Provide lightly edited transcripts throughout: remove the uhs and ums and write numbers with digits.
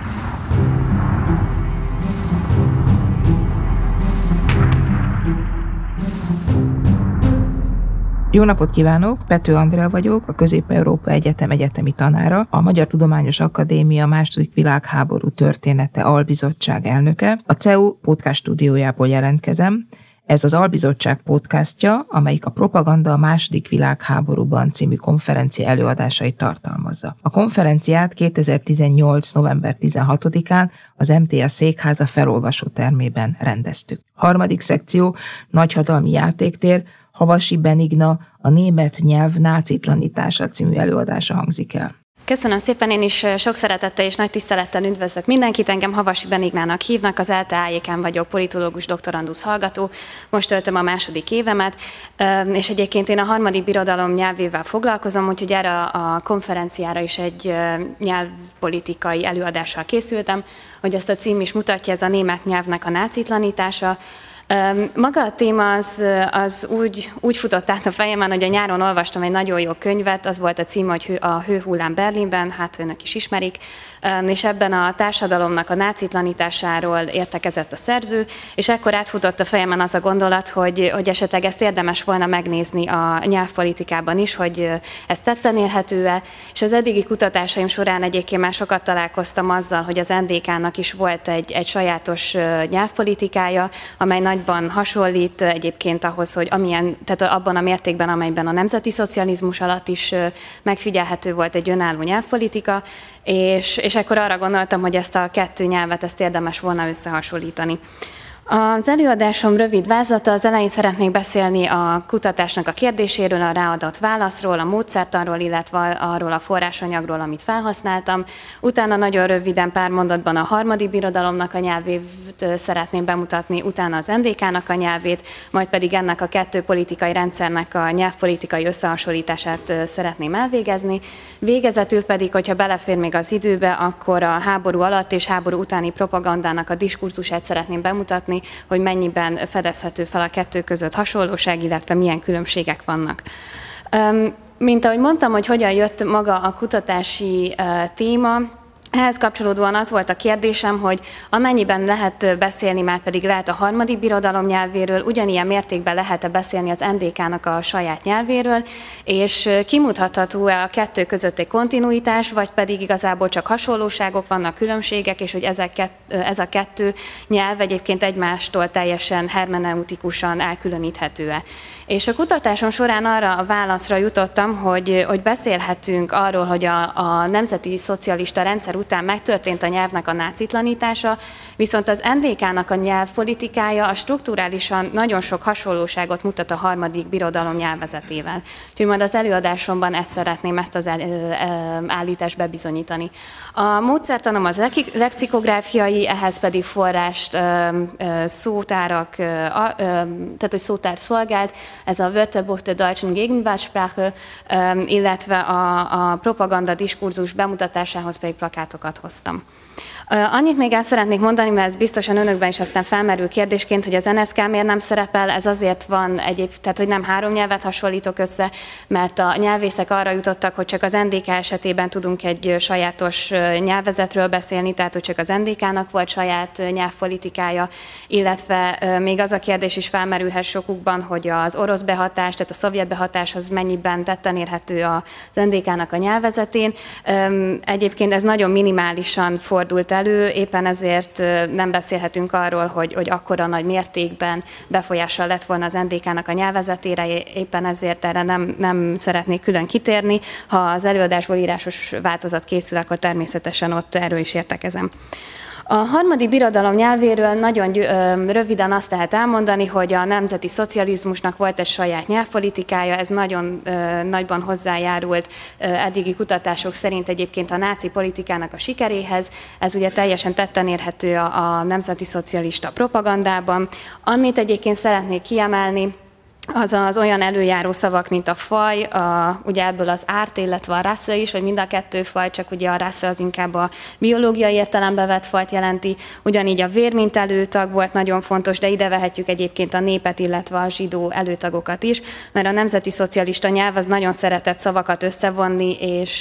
Jó napot kívánok! Pető Andrea vagyok, a Közép-Európa Egyetem egyetemi tanára, a Magyar Tudományos Akadémia II. Világháború története albizottság elnöke. A CEU podcast stúdiójából jelentkezem. Ez az albizottság podcastja, amelyik a Propaganda a II. Világháborúban című konferencia előadásait tartalmazza. A konferenciát 2018. november 16-án az MTA székháza felolvasó termében rendeztük. Harmadik szekció, nagyhatalmi játéktér, Havasi Benigna, a német nyelv nácitlanítása című előadása hangzik el. Köszönöm szépen, én is sok szeretettel és nagy tisztelettel üdvözlök mindenkit. Engem Havasi Benignának hívnak, az LTAE-ken vagyok politológus doktorandusz hallgató. Most töltöm a második évemet, és egyébként én a harmadik birodalom nyelvével foglalkozom, úgyhogy erre a konferenciára is egy nyelvpolitikai előadással készültem, hogy ezt a cím is mutatja, ez a német nyelvnek a nácitlanítása. Maga a téma az úgy futott át a fejemen, hogy a nyáron olvastam egy nagyon jó könyvet, az volt a címe, hogy a Hőhullám Berlinben, hát önök is ismerik, és ebben a társadalomnak a nácitlanításáról értekezett a szerző, és ekkor átfutott a fejemen az a gondolat, hogy esetleg ezt érdemes volna megnézni a nyelvpolitikában is, hogy ez tetten érhető-e, és az eddigi kutatásaim során egyébként már sokat találkoztam azzal, hogy az NDK-nak is volt egy sajátos nyelvpolitikája, amely nagyban hasonlít egyébként ahhoz, hogy tehát abban a mértékben, amelyben a nemzeti szocializmus alatt is megfigyelhető volt egy önálló nyelvpolitika, és ekkor arra gondoltam, hogy ezt a kettő nyelvet ezt érdemes volna összehasonlítani. Az előadásom rövid vázlata, az elején szeretnék beszélni a kutatásnak a kérdéséről, a ráadott válaszról, a módszertanról, illetve arról a forrásanyagról, amit felhasználtam. Utána nagyon röviden pár mondatban a harmadik birodalomnak a nyelvét szeretném bemutatni, utána az NDK-nak a nyelvét, majd pedig ennek a kettő politikai rendszernek a nyelvpolitikai összehasonlítását szeretném elvégezni. Végezetül pedig, hogyha belefér még az időbe, akkor a háború alatt és háború utáni propagandának a diskurzusát szeretném bemutatni, hogy mennyiben fedezhető fel a kettő között hasonlóság, illetve milyen különbségek vannak. Mint ahogy mondtam, hogy hogyan jött maga a kutatási téma, ehhez kapcsolódóan az volt a kérdésem, hogy amennyiben lehet beszélni, már pedig lehet a harmadik birodalom nyelvéről, ugyanilyen mértékben lehet-e beszélni az NDK-nak a saját nyelvéről, és kimutatható-e a kettő között egy kontinuitás, vagy pedig igazából csak hasonlóságok, vannak különbségek, és hogy ez a kettő nyelv egyébként egymástól teljesen hermeneutikusan elkülöníthető-e. És a kutatásom során arra a válaszra jutottam, hogy beszélhetünk arról, hogy a nemzeti szocialista rendszer után megtörtént a nyelvnek a nácitlanítása, viszont az NDK-nak a nyelvpolitikája a strukturálisan nagyon sok hasonlóságot mutat a harmadik birodalom nyelvezetével. Úgyhogy majd az előadásomban szeretném ezt az állítást bebizonyítani. A módszertanom az lexikográfiai, ehhez pedig forrást, szótárak, tehát hogy szótár szolgált, ez a Wörterbuch der deutschen Gegenwartssprache, illetve a propaganda diskurzus bemutatásához pedig plakátokat hoztam. Annyit még el szeretnék mondani, mert ez biztosan önökben is aztán felmerül kérdésként, hogy az NSK miért nem szerepel, ez azért van tehát hogy nem három nyelvet hasonlítok össze, mert a nyelvészek arra jutottak, hogy csak az NDK esetében tudunk egy sajátos nyelvezetről beszélni, tehát hogy csak az NDK-nak volt saját nyelvpolitikája, illetve még az a kérdés is felmerülhet sokukban, hogy az orosz behatás, tehát a szovjet behatás az mennyiben tetten érhető az NDK-nak a nyelvezetén. Egyébként ez nagyon minimálisan fordult elő, éppen ezért nem beszélhetünk arról, hogy akkora nagy mértékben befolyással lett volna az NDK-nak a nyelvezetére, éppen ezért erre nem szeretnék külön kitérni. Ha az előadásból írásos változat készül, akkor természetesen ott erről is értekezem. A harmadik birodalom nyelvéről nagyon röviden azt lehet elmondani, hogy a nemzeti szocializmusnak volt egy saját nyelvpolitikája, ez nagyon nagyban hozzájárult eddigi kutatások szerint egyébként a náci politikának a sikeréhez. Ez ugye teljesen tetten érhető a nemzeti szocialista propagandában. Amit egyébként szeretnék kiemelni, azaz olyan előjáró szavak, mint a faj, ugye ebből az árt, illetve a rassza is, hogy mind a kettő faj, csak ugye a rassza az inkább a biológiai értelembe vett fajt jelenti, ugyanígy a vér, mint előtag volt nagyon fontos, de ide vehetjük egyébként a népet, illetve a zsidó előtagokat is, mert a nemzeti szocialista nyelv az nagyon szeretett szavakat összevonni,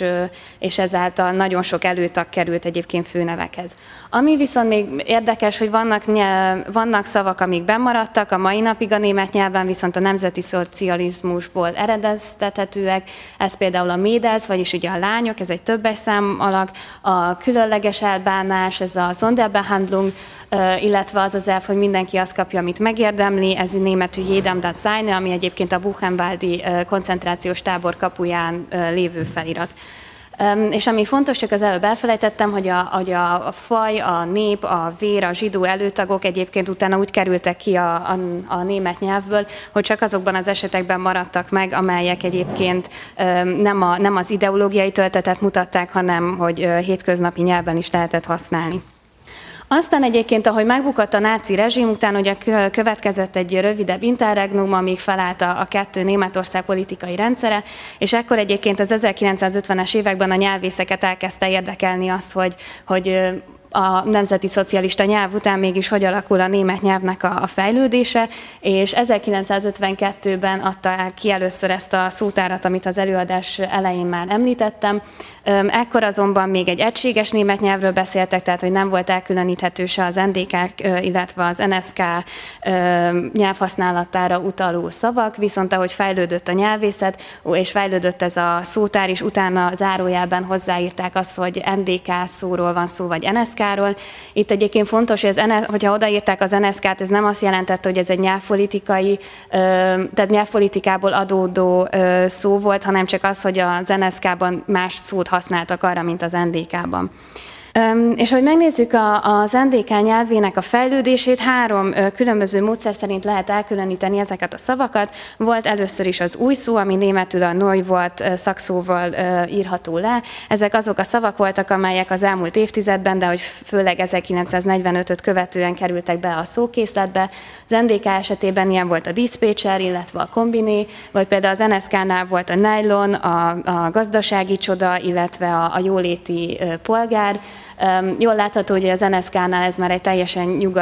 és ezáltal nagyon sok előtag került egyébként főnevekhez. Ami viszont még érdekes, hogy vannak szavak, amik bennmaradtak a mai napig a német nyelven, viszont a nemzeti szocializmusból eredeztethetőek, ez például a Mädels, vagyis ugye a lányok, ez egy többes szám alak, a különleges elbánás, ez a Sonderbehandlung, illetve az az elv, hogy mindenki azt kapja, amit megérdemli, ez németül jedem das seine, ami egyébként a Buchenwaldi koncentrációs tábor kapuján lévő felirat. És ami fontos, csak az előbb elfelejtettem, hogy a faj, a nép, a vér, a zsidó előtagok egyébként utána úgy kerültek ki a német nyelvből, hogy csak azokban az esetekben maradtak meg, amelyek egyébként nem az ideológiai töltetet mutatták, hanem hogy hétköznapi nyelven is lehetett használni. Aztán egyébként, ahogy megbukott a náci rezsim, után ugye következett egy rövidebb interregnum, amíg felállt a kettő Németország politikai rendszere, és ekkor egyébként az 1950-es években a nyelvészeket elkezdte érdekelni az, hogy a nemzeti szocialista nyelv után mégis hogy alakul a német nyelvnek a fejlődése, és 1952-ben adta ki először ezt a szótárat, amit az előadás elején már említettem. Ekkor azonban még egy egységes német nyelvről beszéltek, tehát hogy nem volt elkülöníthető se az NDK, illetve az NSK nyelvhasználatára utaló szavak, viszont ahogy fejlődött a nyelvészet, és fejlődött ez a szótár, és utána zárójelben hozzáírták azt, hogy NDK szóról van szó, vagy NSK-ról. Itt egyébként fontos, hogy hogyha odaírták az NSK-t, ez nem azt jelentette, hogy ez egy nyelvpolitikai, tehát nyelvpolitikából adódó szó volt, hanem csak az, hogy az NSK-ban más szót használtak arra, mint az NDK-ban. És hogy megnézzük az NDK nyelvének a fejlődését, 3 különböző módszer szerint lehet elkülöníteni ezeket a szavakat. Volt először is az új szó, ami németül a neu volt szakszóval írható le. Ezek azok a szavak voltak, amelyek az elmúlt évtizedben, de hogy főleg 1945-öt követően kerültek be a szókészletbe. Az NDK esetében ilyen volt a diszpécser, illetve a kombiné, vagy például az NSK-nál volt a nylon, a gazdasági csoda, illetve a jóléti polgár. Jól látható, hogy az NSK-nál ez már egy teljesen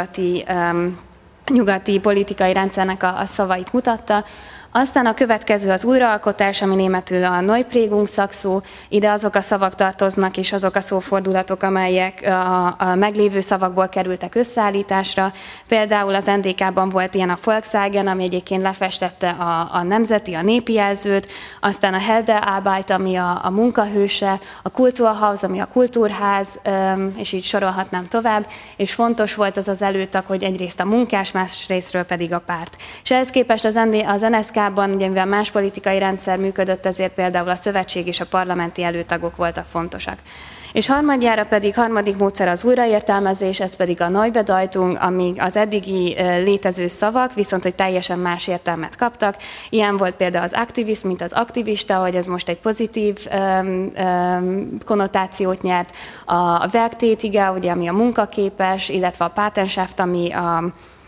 nyugati politikai rendszernek a szavait mutatta. Aztán a következő az újraalkotás, ami németül a Neuprägung szakszó, ide azok a szavak tartoznak, és azok a szófordulatok, amelyek a meglévő szavakból kerültek összeállításra. Például az NDK-ban volt ilyen a Volkswagen, ami egyébként lefestette a nemzeti, a népi jelzőt, aztán a Heldearbeit, ami a munkahőse, a Kulturhaus, ami a kultúrház, és így sorolhatnám tovább, és fontos volt az előtag, hogy egyrészt a munkás, másrésztről pedig a párt. És ehhez képest az NSK ugye, mivel más politikai rendszer működött, ezért például a szövetség és a parlamenti előtagok voltak fontosak. És harmadik módszer az újraértelmezés, ez pedig a Neubedeutung, amíg az eddigi létező szavak, viszont hogy teljesen más értelmet kaptak. Ilyen volt például az aktivist, mint az aktivista, hogy ez most egy pozitív konnotációt nyert. A Werktätige, ugye, ami a munkaképes, illetve a Patenschaft, ami a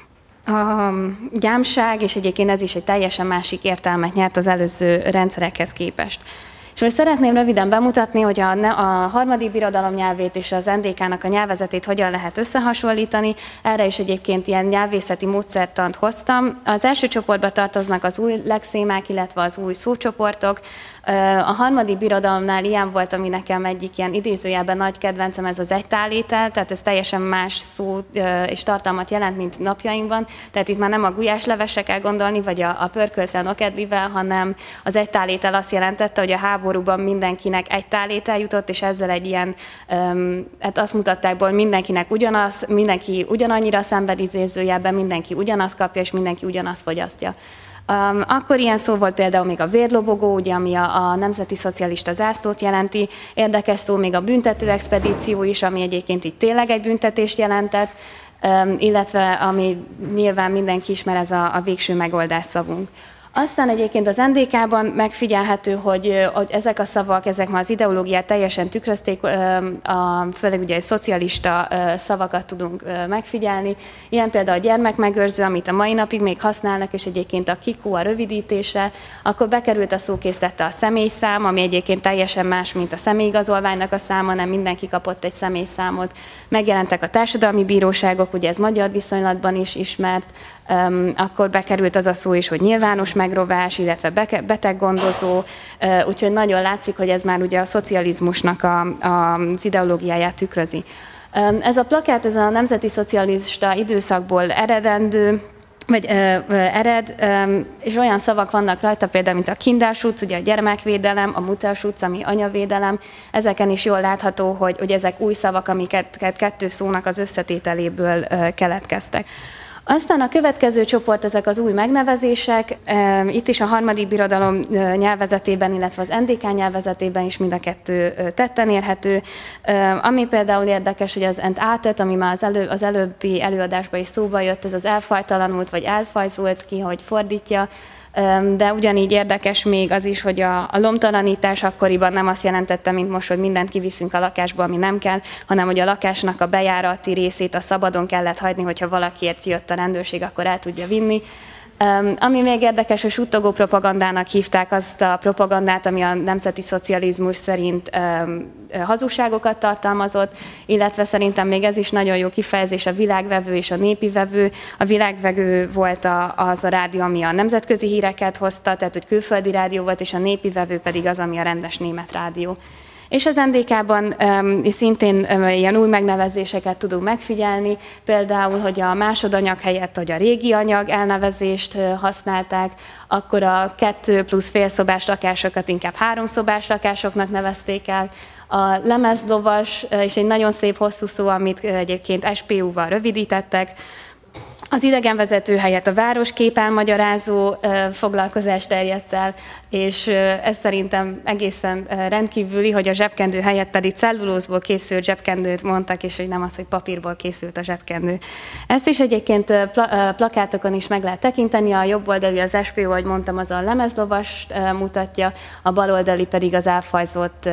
gyámság, és egyébként ez is egy teljesen másik értelmet nyert az előző rendszerekhez képest. És most szeretném röviden bemutatni, hogy a harmadik birodalom nyelvét és az NDK-nak a nyelvezetét hogyan lehet összehasonlítani. Erre is egyébként ilyen nyelvészeti módszertant hoztam. Az első csoportba tartoznak az új lexémák, illetve az új szócsoportok. A harmadik birodalomnál ilyen volt, ami nekem egyik ilyen idézőjelben nagy kedvencem, ez az egytálétel, tehát ez teljesen más szó és tartalmat jelent, mint napjainkban. Tehát itt már nem a gulyáslevesekkel kell gondolni, vagy a pörköltre nokedlivel, hanem az egytálétel azt jelentette, hogy a háborúban mindenkinek egy tálétel jutott, és ezzel egy ilyen, hát azt mutatták, hogy mindenki ugyanannyira szenved idézőjelben, mindenki ugyanazt kapja, és mindenki ugyanazt fogyasztja. Akkor ilyen szó volt például még a vérlobogó, ugye, ami a nemzeti szocialista zászlót jelenti. Érdekes szó még a büntetőexpedíció is, ami egyébként itt tényleg egy büntetést jelentett, illetve ami nyilván mindenki ismer, ez a végső megoldás szavunk. Aztán egyébként az NDK-ban megfigyelhető, hogy ezek a szavak, ezek már az ideológiát teljesen tükrözték, főleg ugye szocialista szavakat tudunk megfigyelni. Ilyen például a gyermekmegőrző, amit a mai napig még használnak, és egyébként a KIKU a rövidítése, akkor bekerült a szókészletbe a személyszám, ami egyébként teljesen más, mint a személyigazolványnak a száma, nem mindenki kapott egy személyszámot. Megjelentek a társadalmi bíróságok, ugye ez magyar viszonylatban is ismert, akkor bekerült az a szó is, hogy nyilvános megrovás, illetve beteggondozó, úgyhogy nagyon látszik, hogy ez már ugye a szocializmusnak az ideológiáját tükrözi. Ez a plakát, ez a nemzeti szocialista időszakból ered, és olyan szavak vannak rajta, például, mint a Kinderschutz, ugye a gyermekvédelem, a Mutterschutz, ami anyavédelem. Ezeken is jól látható, hogy ezek új szavak, amiket kettő szónak az összetételéből keletkeztek. Aztán a következő csoport, ezek az új megnevezések, itt is a harmadik birodalom nyelvezetében, illetve az NDK nyelvezetében is mind a kettő tetten érhető. Ami például érdekes, hogy az entátet, ami már az előbbi előadásban is szóba jött, ez az elfajtalanult, vagy elfajzult ki, hogy fordítja, de ugyanígy érdekes még az is, hogy a lomtalanítás akkoriban nem azt jelentette, mint most, hogy mindent kiviszünk a lakásba, ami nem kell, hanem hogy a lakásnak a bejárati részét a szabadon kellett hagyni, hogyha valakiért jött a rendőrség, akkor el tudja vinni. Ami még érdekes, hogy suttogó propagandának hívták azt a propagandát, ami a nemzeti szocializmus szerint hazugságokat tartalmazott, illetve szerintem még ez is nagyon jó kifejezés, a világvevő és a népi vevő. A világvevő volt az a rádió, ami a nemzetközi híreket hozta, tehát hogy külföldi rádió volt, és a népi vevő pedig az, ami a rendes német rádió. És az NDK-ban szintén ilyen új megnevezéseket tudunk megfigyelni, például, hogy a másodanyag helyett, hogy a régi anyag elnevezést használták, akkor a 2 plusz félszobás lakásokat inkább 3 szobás lakásoknak nevezték el. A lemezlovas, és egy nagyon szép hosszú szó, amit egyébként SPU-val rövidítettek, az idegenvezető helyett a városkép elmagyarázó foglalkozás terjedt el, és ez szerintem egészen rendkívüli, hogy a zsebkendő helyett pedig cellulózból készült zsebkendőt mondtak, és hogy nem az, hogy papírból készült a zsebkendő. Ezt is egyébként plakátokon is meg lehet tekinteni, a jobb oldali az SPO, ahogy mondtam, az a lemezlovast mutatja, a bal oldali pedig az elfajzott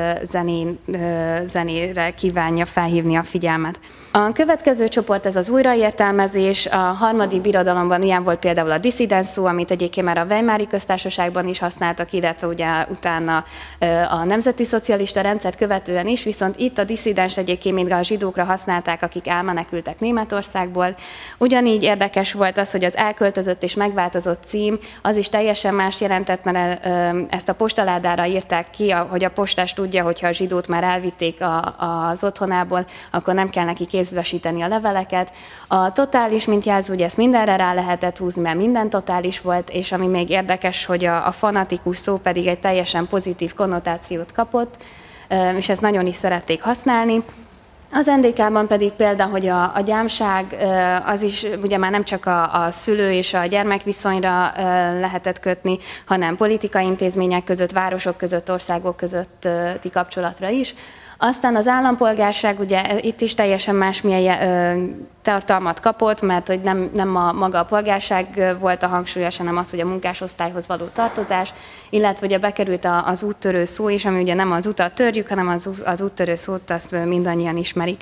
zenére kívánja felhívni a figyelmet. A következő csoport ez az újraértelmezés, a harmadik birodalomban ilyen volt például a disszidens szó, amit egyébként már a Weimari köztársaságban is használtak, illetve ugye utána a nemzeti szocialista rendszert követően is, viszont itt a disszidens egyébként még a zsidókra használták, akik elmenekültek Németországból. Ugyanígy érdekes volt az, hogy az elköltözött és megváltozott cím, az is teljesen más jelentett, mert ezt a postaládára írták ki, hogy a postás tudja, hogyha a zsidót már elvitték az otthonából, akkor nem kell neki kézbesíteni a leveleket. A totális, mint jelző, ugye ezt mindenre rá lehetett húzni, mert minden totális volt, és ami még érdekes, hogy a fanatikus szó pedig egy teljesen pozitív konnotációt kapott, és ezt nagyon is szerették használni. Az NDK-ban pedig például, hogy a gyámság az is ugye már nem csak a szülő és a gyermek viszonyra lehetett kötni, hanem politikai intézmények között, városok között, országok közötti kapcsolatra is. Aztán az állampolgárság, ugye itt is teljesen másmilyen tartalmat kapott, mert hogy nem maga a polgárság volt a hangsúlyos, hanem az, hogy a munkásosztályhoz való tartozás, illetve ugye bekerült az úttörő szó is, ami ugye nem az utat törjük, hanem az úttörő szót azt mindannyian ismerik.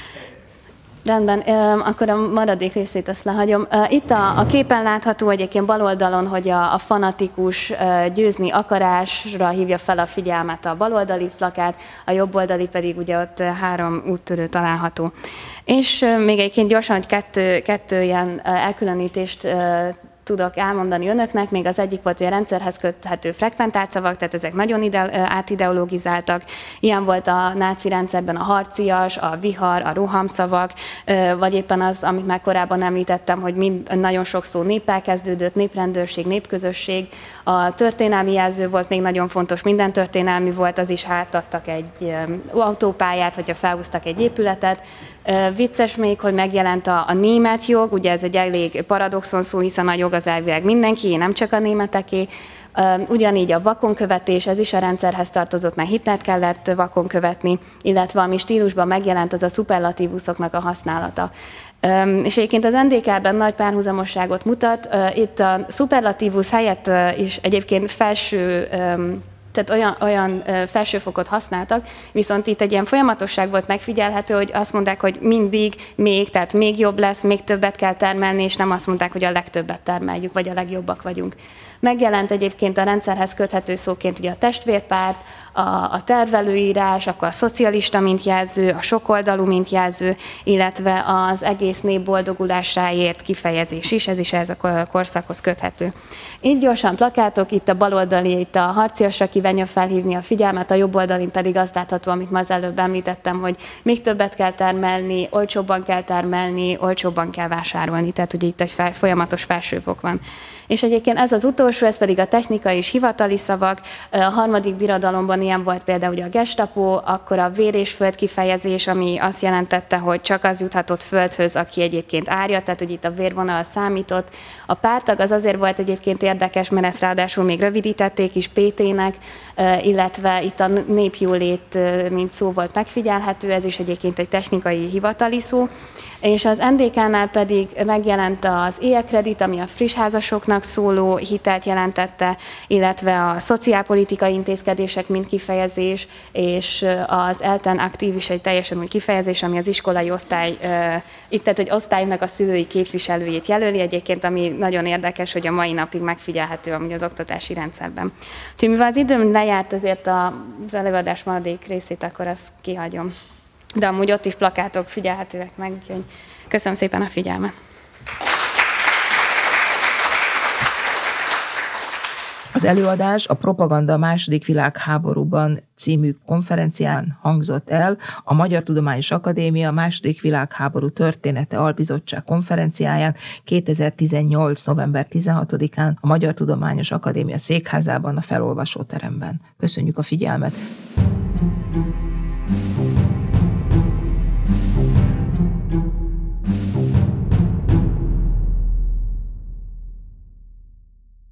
Rendben, akkor a maradék részét azt lehagyom. Itt a képen látható egyébként bal oldalon, hogy a fanatikus győzni akarásra hívja fel a figyelmet a baloldali plakát, a jobb oldali pedig ugye ott 3 úttörő található. És még egyébként gyorsan, hogy kettő ilyen elkülönítést tudok elmondani önöknek, még az egyik volt, hogy a rendszerhez köthető frekventált szavak, tehát ezek nagyon átideologizáltak. Ilyen volt a náci rendszerben a harcias, a vihar, a rohamszavak, vagy éppen az, amit már korábban említettem, hogy nagyon sok szó néppel kezdődött, néprendőrség, népközösség. A történelmi jelző volt még nagyon fontos, minden történelmi volt, az is hátadtak egy autópályát, hogyha felhúztak egy épületet. Vicces még, hogy megjelent a német jog, ugye ez egy elég paradoxon szó, hiszen a jog az elvileg mindenki, nem csak a németeké. Ugyanígy a vakonkövetés, ez is a rendszerhez tartozott, mert Hitlert kellett vakon követni, illetve ami stílusban megjelent, az a szuperlatívuszoknak a használata. És egyébként az NDK-ben nagy párhuzamosságot mutat. Itt a szuperlatívusz helyett is egyébként tehát olyan felsőfokot használtak, viszont itt egy ilyen folyamatosság volt megfigyelhető, hogy azt mondták, hogy mindig még, tehát még jobb lesz, még többet kell termelni, és nem azt mondták, hogy a legtöbbet termeljük, vagy a legjobbak vagyunk. Megjelent egyébként a rendszerhez köthető szóként ugye a testvérpárt, a tervelőírás, akkor a szocialista mint jelző, a sokoldalú mint jelző, illetve az egész nép boldogulásáért kifejezés is, ez is ehhez a korszakhoz köthető. Így gyorsan plakátok, itt a baloldali, itt a harciasra kívánja felhívni a figyelmet, a jobb oldalin pedig azt látható, amit ma az előbb említettem, hogy még többet kell termelni, olcsóbban kell termelni, olcsóbban kell vásárolni, tehát ugye itt egy folyamatos felsőfok van. És egyébként ez az utolsó, ez pedig a technikai és hivatali szavak. A harmadik birodalomban ilyen volt például ugye a gestapo, akkor a vér és föld kifejezés, ami azt jelentette, hogy csak az juthatott földhöz, aki egyébként árja, tehát hogy itt a vérvonal számított. A pártag az azért volt egyébként érdekes, mert ezt ráadásul még rövidítették is PT-nek, illetve itt a népjólét mint szó volt megfigyelhető, ez is egyébként egy technikai hivatali szó. És az NDK-nál pedig megjelent az e-kredit, ami a friss házasoknak szóló hitelt jelentette, illetve a szociálpolitikai intézkedések mint kifejezés, és az elten aktív is egy teljesen új kifejezés, ami az iskolai osztály, tehát egy osztálynak a szülői képviselőjét jelöli egyébként, ami nagyon érdekes, hogy a mai napig megfigyelhető amúgy az oktatási rendszerben. Úgyhogy mivel az időm lejárt, ezért az előadás maradék részét akkor azt kihagyom. De amúgy ott is plakátok figyelhetőek meg, úgyhogy köszönöm szépen a figyelmet. Az előadás a Propaganda a II. Világháborúban című konferencián hangzott el, a Magyar Tudományos Akadémia II. Világháború Története Albizottság konferenciáján 2018. november 16-án a Magyar Tudományos Akadémia székházában, a felolvasóteremben. Köszönjük a figyelmet!